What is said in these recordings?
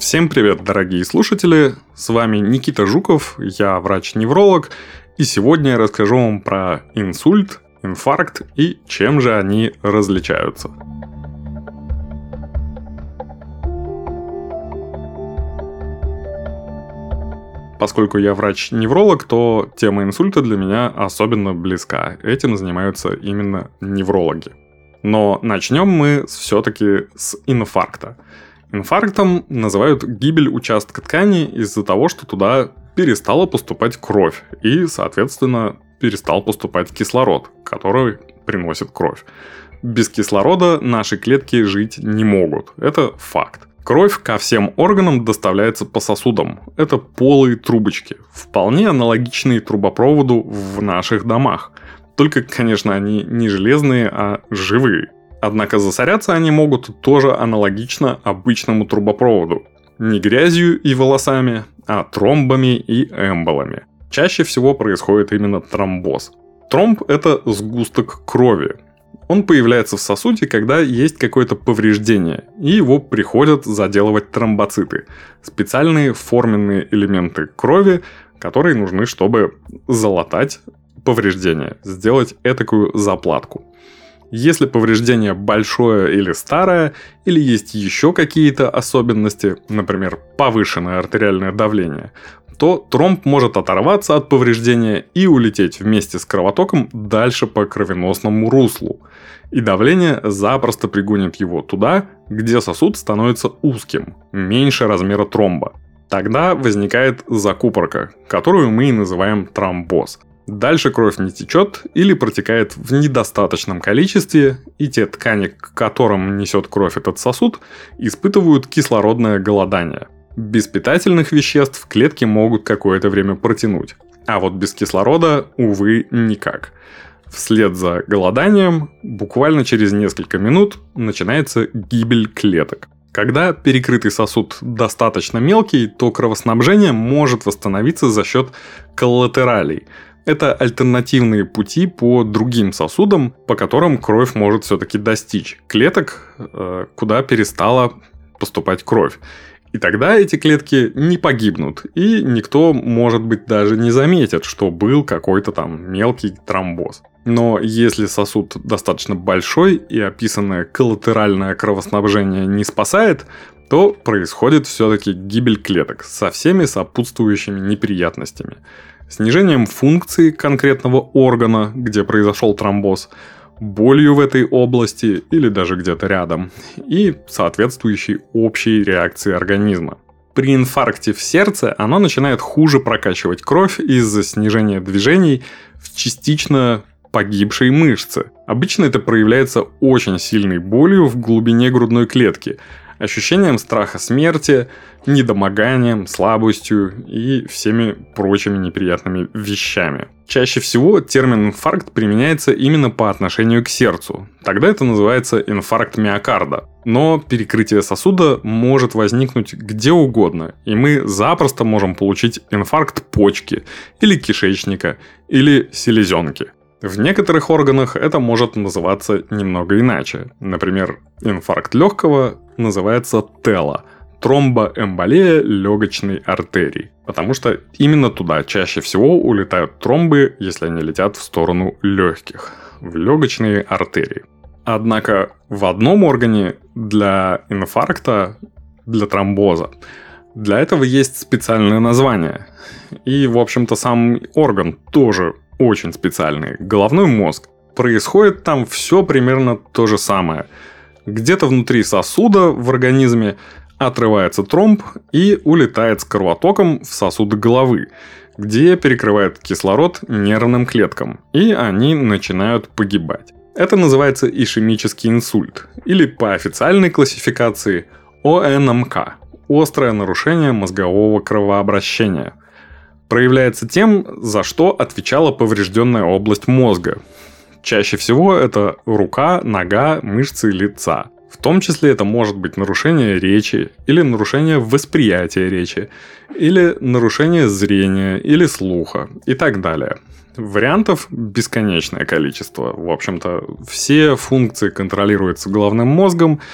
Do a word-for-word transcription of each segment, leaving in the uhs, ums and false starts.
Всем привет, дорогие слушатели, с вами Никита Жуков, я врач-невролог, и сегодня я расскажу вам про инсульт, инфаркт и чем же они различаются. Поскольку я врач-невролог, то тема инсульта для меня особенно близка, этим занимаются именно неврологи. Но начнем мы все-таки с инфаркта. Инфарктом называют гибель участка ткани из-за того, что туда перестала поступать кровь и, соответственно, перестал поступать кислород, который приносит кровь. Без кислорода наши клетки жить не могут. Это факт. Кровь ко всем органам доставляется по сосудам. Это полые трубочки, вполне аналогичные трубопроводу в наших домах. Только, конечно, они не железные, а живые. Однако засоряться они могут тоже аналогично обычному трубопроводу. Не грязью и волосами, а тромбами и эмболами. Чаще всего происходит именно тромбоз. Тромб – это сгусток крови. Он появляется в сосуде, когда есть какое-то повреждение, и его приходят заделывать тромбоциты. Специальные форменные элементы крови, которые нужны, чтобы залатать повреждение, сделать этакую заплатку. Если повреждение большое или старое, или есть еще какие-то особенности, например, повышенное артериальное давление, то тромб может оторваться от повреждения и улететь вместе с кровотоком дальше по кровеносному руслу. И давление запросто пригонит его туда, где сосуд становится узким, меньше размера тромба. Тогда возникает закупорка, которую мы и называем тромбоз. Дальше кровь не течет или протекает в недостаточном количестве, и те ткани, к которым несет кровь этот сосуд, испытывают кислородное голодание. Без питательных веществ клетки могут какое-то время протянуть, а вот без кислорода, увы, никак. Вслед за голоданием, буквально через несколько минут, начинается гибель клеток. Когда перекрытый сосуд достаточно мелкий, то кровоснабжение может восстановиться за счет коллатералей. Это альтернативные пути по другим сосудам, по которым кровь может все-таки достичь клеток, куда перестала поступать кровь. И тогда эти клетки не погибнут, и никто, может быть, даже не заметит, что был какой-то там мелкий тромбоз. Но если сосуд достаточно большой и описанное коллатеральное кровоснабжение не спасает, то происходит все-таки гибель клеток со всеми сопутствующими неприятностями. Снижением функции конкретного органа, где произошел тромбоз, болью в этой области или даже где-то рядом, и соответствующей общей реакцией организма. При инфаркте в сердце оно начинает хуже прокачивать кровь из-за снижения движений в частично погибшей мышце. Обычно это проявляется очень сильной болью в глубине грудной клетки, ощущением страха смерти, недомоганием, слабостью и всеми прочими неприятными вещами. Чаще всего термин инфаркт применяется именно по отношению к сердцу. Тогда это называется инфаркт миокарда. Но перекрытие сосуда может возникнуть где угодно, и мы запросто можем получить инфаркт почки, или кишечника, или селезенки. В некоторых органах это может называться немного иначе. Например, инфаркт легкого называется ТЭЛА – тромбоэмболия легочной артерии. Потому что именно туда чаще всего улетают тромбы, если они летят в сторону легких, в легочные артерии. Однако в одном органе для инфаркта, для тромбоза, для этого есть специальное название. И, в общем-то, сам орган тоже очень специальный. Головной мозг. Происходит там все примерно то же самое. Где-то внутри сосуда в организме отрывается тромб и улетает с кровотоком в сосуды головы, где перекрывает кислород нервным клеткам, и они начинают погибать. Это называется ишемический инсульт, или по официальной классификации о эн эм ка – острое нарушение мозгового кровообращения. Проявляется тем, за что отвечала поврежденная область мозга. Чаще всего это рука, нога, мышцы лица. В том числе это может быть нарушение речи, или нарушение восприятия речи, или нарушение зрения, или слуха, и так далее. Вариантов бесконечное количество. В общем-то, все функции контролируются головным мозгом,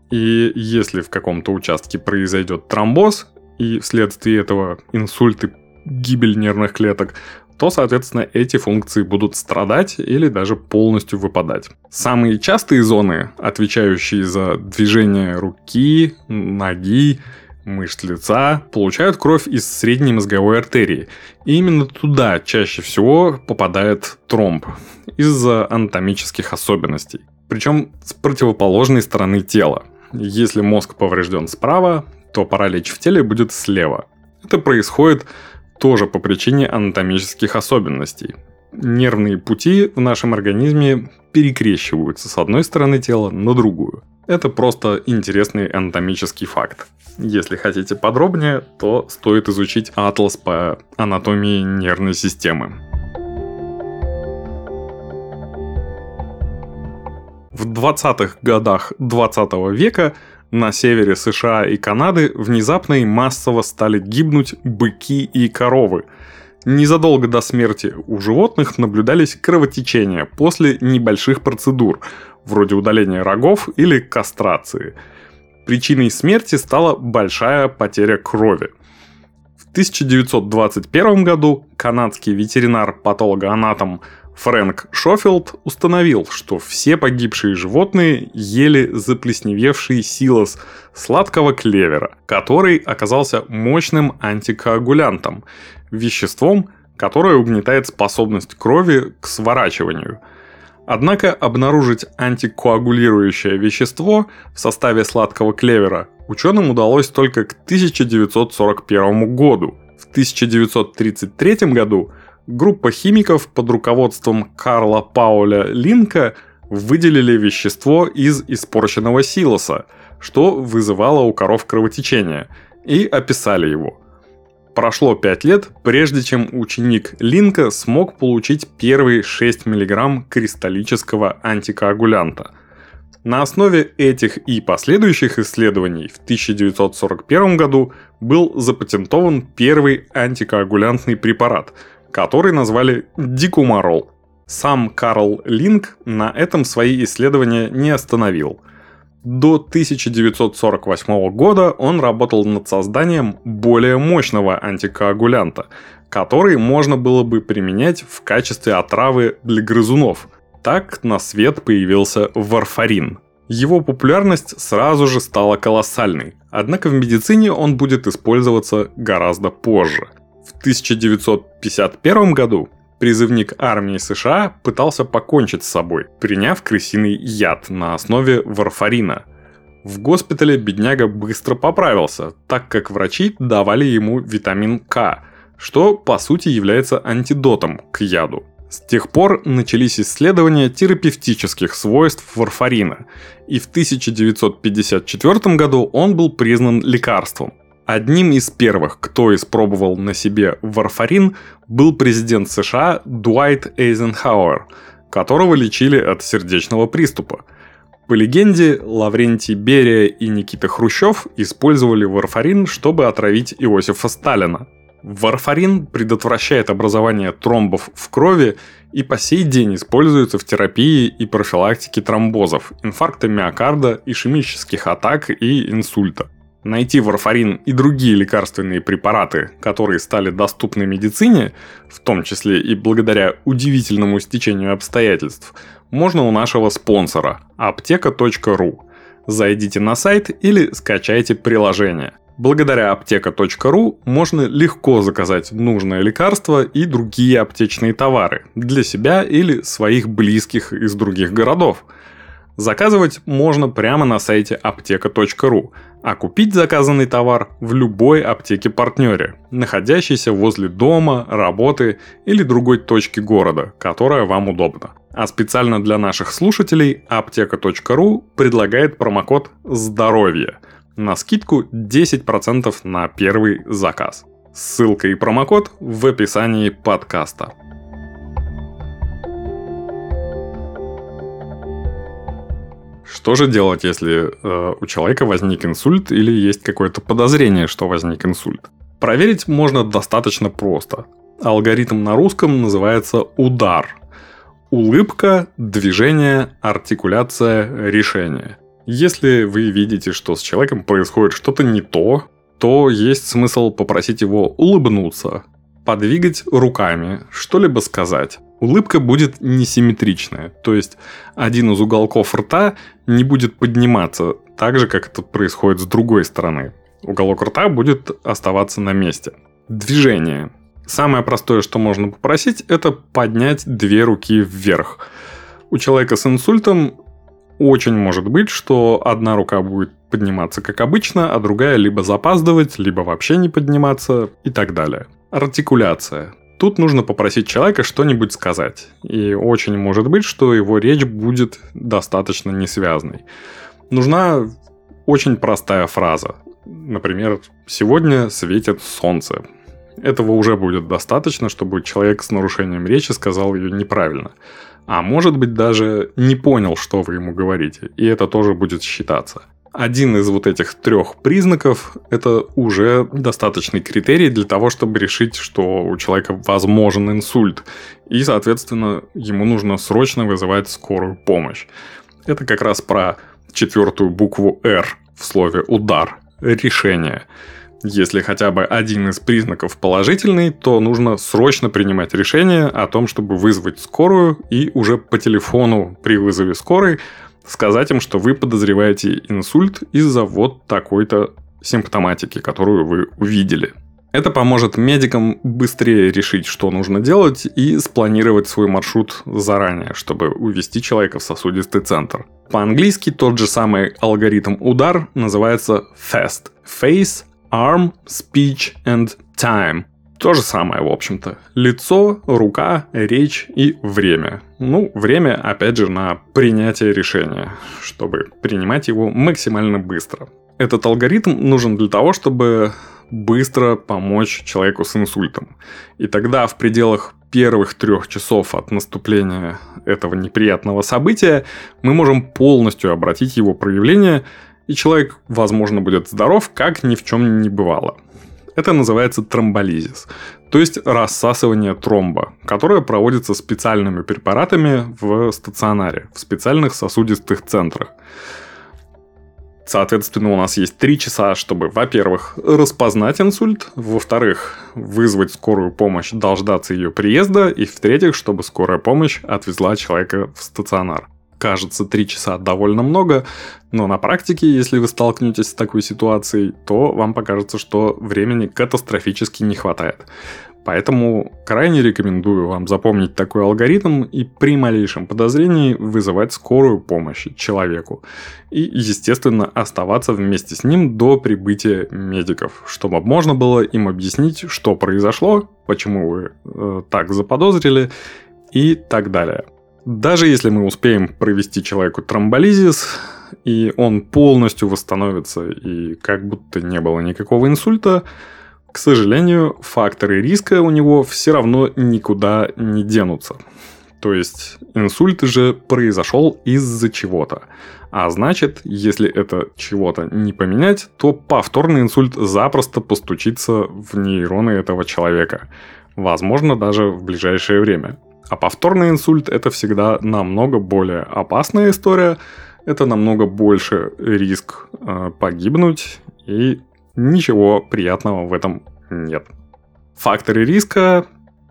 И если в каком-то участке произойдет тромбоз, и вследствие этого инсульт и гибель нервных клеток, то, соответственно, эти функции будут страдать или даже полностью выпадать. Самые частые зоны, отвечающие за движение руки, ноги, мышц лица, получают кровь из средней мозговой артерии. И именно туда чаще всего попадает тромб из-за анатомических особенностей. Причем с противоположной стороны тела. Если мозг поврежден справа, то паралич в теле будет слева. Это происходит тоже по причине анатомических особенностей. Нервные пути в нашем организме перекрещиваются с одной стороны тела на другую. Это просто интересный анатомический факт. Если хотите подробнее, то стоит изучить атлас по анатомии нервной системы. В двадцатых годах двадцатого века на севере США и Канады внезапно и массово стали гибнуть быки и коровы. Незадолго до смерти у животных наблюдались кровотечения после небольших процедур, вроде удаления рогов или кастрации. Причиной смерти стала большая потеря крови. В тысяча девятьсот двадцать первом году канадский ветеринар-патологоанатом Фрэнк Шофилд установил, что все погибшие животные ели заплесневевший силос сладкого клевера, который оказался мощным антикоагулянтом, веществом, которое угнетает способность крови к сворачиванию. Однако обнаружить антикоагулирующее вещество в составе сладкого клевера ученым удалось только к тысяча девятьсот сорок первому году. В тысяча девятьсот тридцать третьем году группа химиков под руководством Карла Пауля Линка выделили вещество из испорченного силоса, что вызывало у коров кровотечение, и описали его. Прошло пять лет, прежде чем ученик Линка смог получить первые шесть миллиграмм кристаллического антикоагулянта. На основе этих и последующих исследований в тысяча девятьсот сорок первом году был запатентован первый антикоагулянтный препарат, который назвали дикумарол. Сам Карл Линк на этом свои исследования не остановил. До тысяча девятьсот сорок восьмого года он работал над созданием более мощного антикоагулянта, который можно было бы применять в качестве отравы для грызунов. Так на свет появился варфарин. Его популярность сразу же стала колоссальной, однако в медицине он будет использоваться гораздо позже. В тысяча девятьсот пятьдесят первом году призывник армии США пытался покончить с собой, приняв крысиный яд на основе варфарина. В госпитале бедняга быстро поправился, так как врачи давали ему витамин К, что по сути является антидотом к яду. С тех пор начались исследования терапевтических свойств варфарина, и в тысяча девятьсот пятьдесят четвёртом году он был признан лекарством. Одним из первых, кто испробовал на себе варфарин, был президент США Дуайт Эйзенхауэр, которого лечили от сердечного приступа. По легенде, Лаврентий Берия и Никита Хрущев использовали варфарин, чтобы отравить Иосифа Сталина. Варфарин предотвращает образование тромбов в крови и по сей день используется в терапии и профилактике тромбозов, инфаркта миокарда, ишемических атак и инсульта. Найти варфарин и другие лекарственные препараты, которые стали доступны медицине, в том числе и благодаря удивительному стечению обстоятельств, можно у нашего спонсора аптека точка ру. Зайдите на сайт или скачайте приложение. Благодаря аптека точка ру можно легко заказать нужное лекарство и другие аптечные товары для себя или своих близких из других городов. Заказывать можно прямо на сайте аптека точка ру, а купить заказанный товар в любой аптеке-партнере, находящейся возле дома, работы или другой точки города, которая вам удобна. А специально для наших слушателей аптека точка ру предлагает промокод «Здоровье» на скидку десять процентов на первый заказ. Ссылка и промокод в описании подкаста. Что же делать, если э, у человека возник инсульт или есть какое-то подозрение, что возник инсульт? Проверить можно достаточно просто. Алгоритм на русском называется УДАР. Улыбка, движение, артикуляция, решение. Если вы видите, что с человеком происходит что-то не то, то есть смысл попросить его улыбнуться, подвигать руками, что-либо сказать. Улыбка будет несимметричная, то есть один из уголков рта не будет подниматься так же, как это происходит с другой стороны. Уголок рта будет оставаться на месте. Движение. Самое простое, что можно попросить, это поднять две руки вверх. У человека с инсультом очень может быть, что одна рука будет подниматься как обычно, а другая либо запаздывать, либо вообще не подниматься и так далее. Артикуляция. Тут нужно попросить человека что-нибудь сказать. И очень может быть, что его речь будет достаточно несвязной. Нужна очень простая фраза. Например, «Сегодня светит солнце». Этого уже будет достаточно, чтобы человек с нарушением речи сказал ее неправильно. А может быть, даже не понял, что вы ему говорите. И это тоже будет считаться. Один из вот этих трех признаков – это уже достаточный критерий для того, чтобы решить, что у человека возможен инсульт. И, соответственно, ему нужно срочно вызывать скорую помощь. Это как раз про четвертую букву «Р» в слове «удар» – решение. Если хотя бы один из признаков положительный, то нужно срочно принимать решение о том, чтобы вызвать скорую и уже по телефону при вызове скорой сказать им, что вы подозреваете инсульт из-за вот такой-то симптоматики, которую вы увидели. Это поможет медикам быстрее решить, что нужно делать, и спланировать свой маршрут заранее, чтобы увезти человека в сосудистый центр. По-английски тот же самый алгоритм удар называется фэст. Face, arm, speech and time. То же самое, в общем-то. Лицо, рука, речь и время. Ну, время, опять же, на принятие решения, чтобы принимать его максимально быстро. Этот алгоритм нужен для того, чтобы быстро помочь человеку с инсультом. И тогда в пределах первых трех часов от наступления этого неприятного события мы можем полностью обратить его проявление, и человек, возможно, будет здоров, как ни в чем не бывало. Это называется тромболизис, то есть рассасывание тромба, которое проводится специальными препаратами в стационаре, в специальных сосудистых центрах. Соответственно, у нас есть три часа, чтобы, во-первых, распознать инсульт, во-вторых, вызвать скорую помощь, дождаться ее приезда, и, в-третьих, чтобы скорая помощь отвезла человека в стационар. Кажется, три часа довольно много, но на практике, если вы столкнетесь с такой ситуацией, то вам покажется, что времени катастрофически не хватает. Поэтому крайне рекомендую вам запомнить такой алгоритм и при малейшем подозрении вызывать скорую помощь человеку. И, естественно, оставаться вместе с ним до прибытия медиков, чтобы можно было им объяснить, что произошло, почему вы э, так заподозрили и так далее. Даже если мы успеем провести человеку тромболизис, и он полностью восстановится, и как будто не было никакого инсульта, к сожалению, факторы риска у него все равно никуда не денутся. То есть инсульт же произошел из-за чего-то. А значит, если это чего-то не поменять, то повторный инсульт запросто постучится в нейроны этого человека. Возможно, даже в ближайшее время. А повторный инсульт – это всегда намного более опасная история. Это намного больше риск э, погибнуть, и ничего приятного в этом нет. Факторы риска,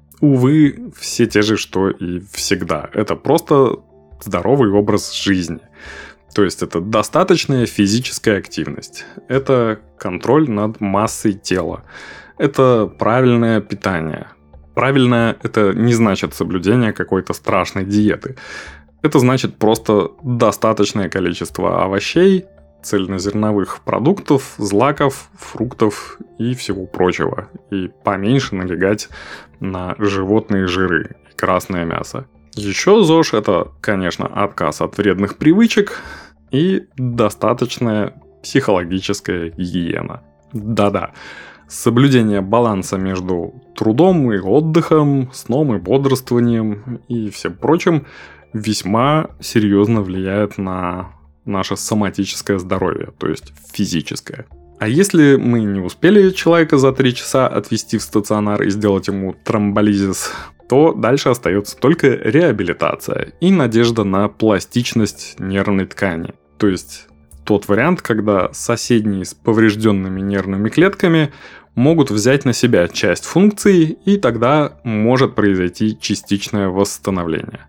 увы, все те же, что и всегда. Это просто здоровый образ жизни. То есть это достаточная физическая активность. Это контроль над массой тела. Это правильное питание. Правильное – это не значит соблюдение какой-то страшной диеты. Это значит просто достаточное количество овощей, цельнозерновых продуктов, злаков, фруктов и всего прочего. И поменьше налегать на животные жиры и красное мясо. Еще ЗОЖ – это, конечно, отказ от вредных привычек и достаточная психологическая гигиена. Да-да. Соблюдение баланса между трудом и отдыхом, сном и бодрствованием и всем прочим весьма серьезно влияет на наше соматическое здоровье, то есть физическое. А если мы не успели человека за три часа отвезти в стационар и сделать ему тромболизис, то дальше остается только реабилитация и надежда на пластичность нервной ткани. То есть тот вариант, когда соседние с поврежденными нервными клетками могут взять на себя часть функций, и тогда может произойти частичное восстановление.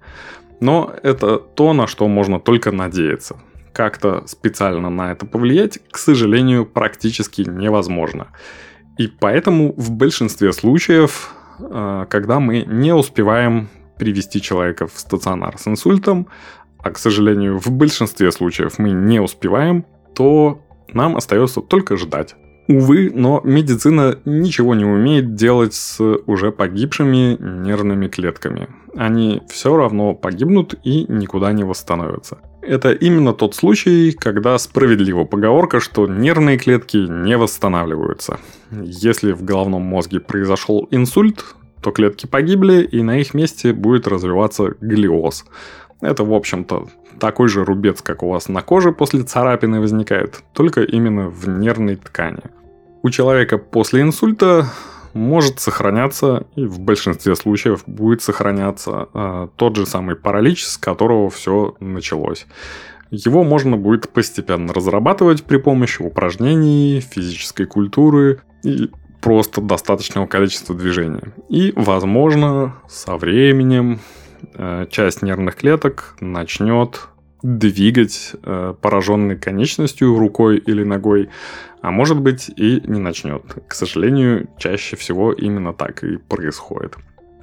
Но это то, на что можно только надеяться. Как-то специально на это повлиять, к сожалению, практически невозможно. И поэтому в большинстве случаев, когда мы не успеваем привести человека в стационар с инсультом, а, к сожалению, в большинстве случаев мы не успеваем, то нам остается только ждать. Увы, но медицина ничего не умеет делать с уже погибшими нервными клетками. Они все равно погибнут и никуда не восстановятся. Это именно тот случай, когда справедлива поговорка, что нервные клетки не восстанавливаются. Если в головном мозге произошел инсульт, то клетки погибли, и на их месте будет развиваться глиоз. Это, в общем-то, такой же рубец, как у вас на коже после царапины возникает, только именно в нервной ткани. У человека после инсульта может сохраняться, и в большинстве случаев будет сохраняться, э, тот же самый паралич, с которого все началось. Его можно будет постепенно разрабатывать при помощи упражнений, физической культуры и просто достаточного количества движения. И, возможно, со временем э, часть нервных клеток начнет двигать э, пораженной конечностью, рукой или ногой, а может быть и не начнет. К сожалению, чаще всего именно так и происходит.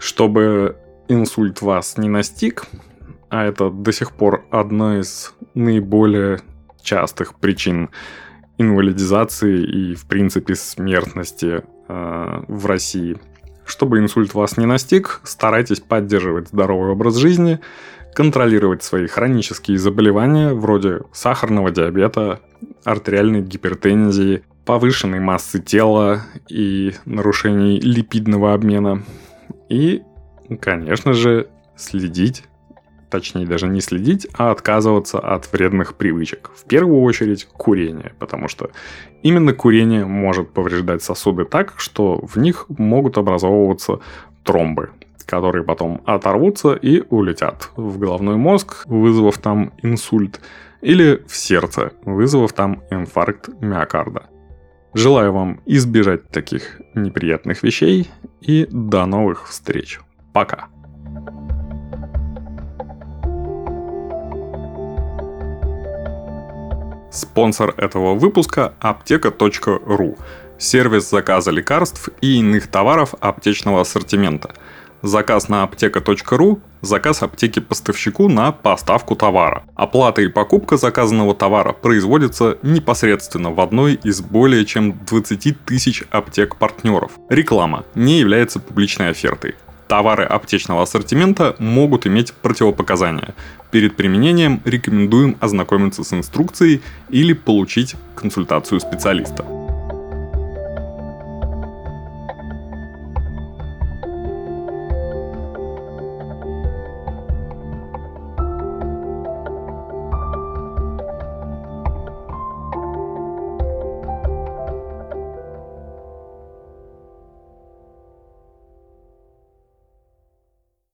Чтобы инсульт вас не настиг, а это до сих пор одна из наиболее частых причин инвалидизации и, в принципе, смертности э, в России. Чтобы инсульт вас не настиг, старайтесь поддерживать здоровый образ жизни, контролировать свои хронические заболевания вроде сахарного диабета, артериальной гипертензии, повышенной массы тела и нарушений липидного обмена. И, конечно же, следить, точнее даже не следить, а отказываться от вредных привычек. В первую очередь курение, потому что именно курение может повреждать сосуды так, что в них могут образовываться тромбы, которые потом оторвутся и улетят в головной мозг, вызвав там инсульт, или в сердце, вызвав там инфаркт миокарда. Желаю вам избежать таких неприятных вещей и до новых встреч. Пока. Спонсор этого выпуска – аптека точка ру. Сервис заказа лекарств и иных товаров аптечного ассортимента. Заказ на аптека точка ру – заказ аптеки поставщику на поставку товара. Оплата и покупка заказанного товара производится непосредственно в одной из более чем двадцати тысяч аптек-партнеров. Реклама не является публичной офертой. Товары аптечного ассортимента могут иметь противопоказания. Перед применением рекомендуем ознакомиться с инструкцией или получить консультацию специалиста.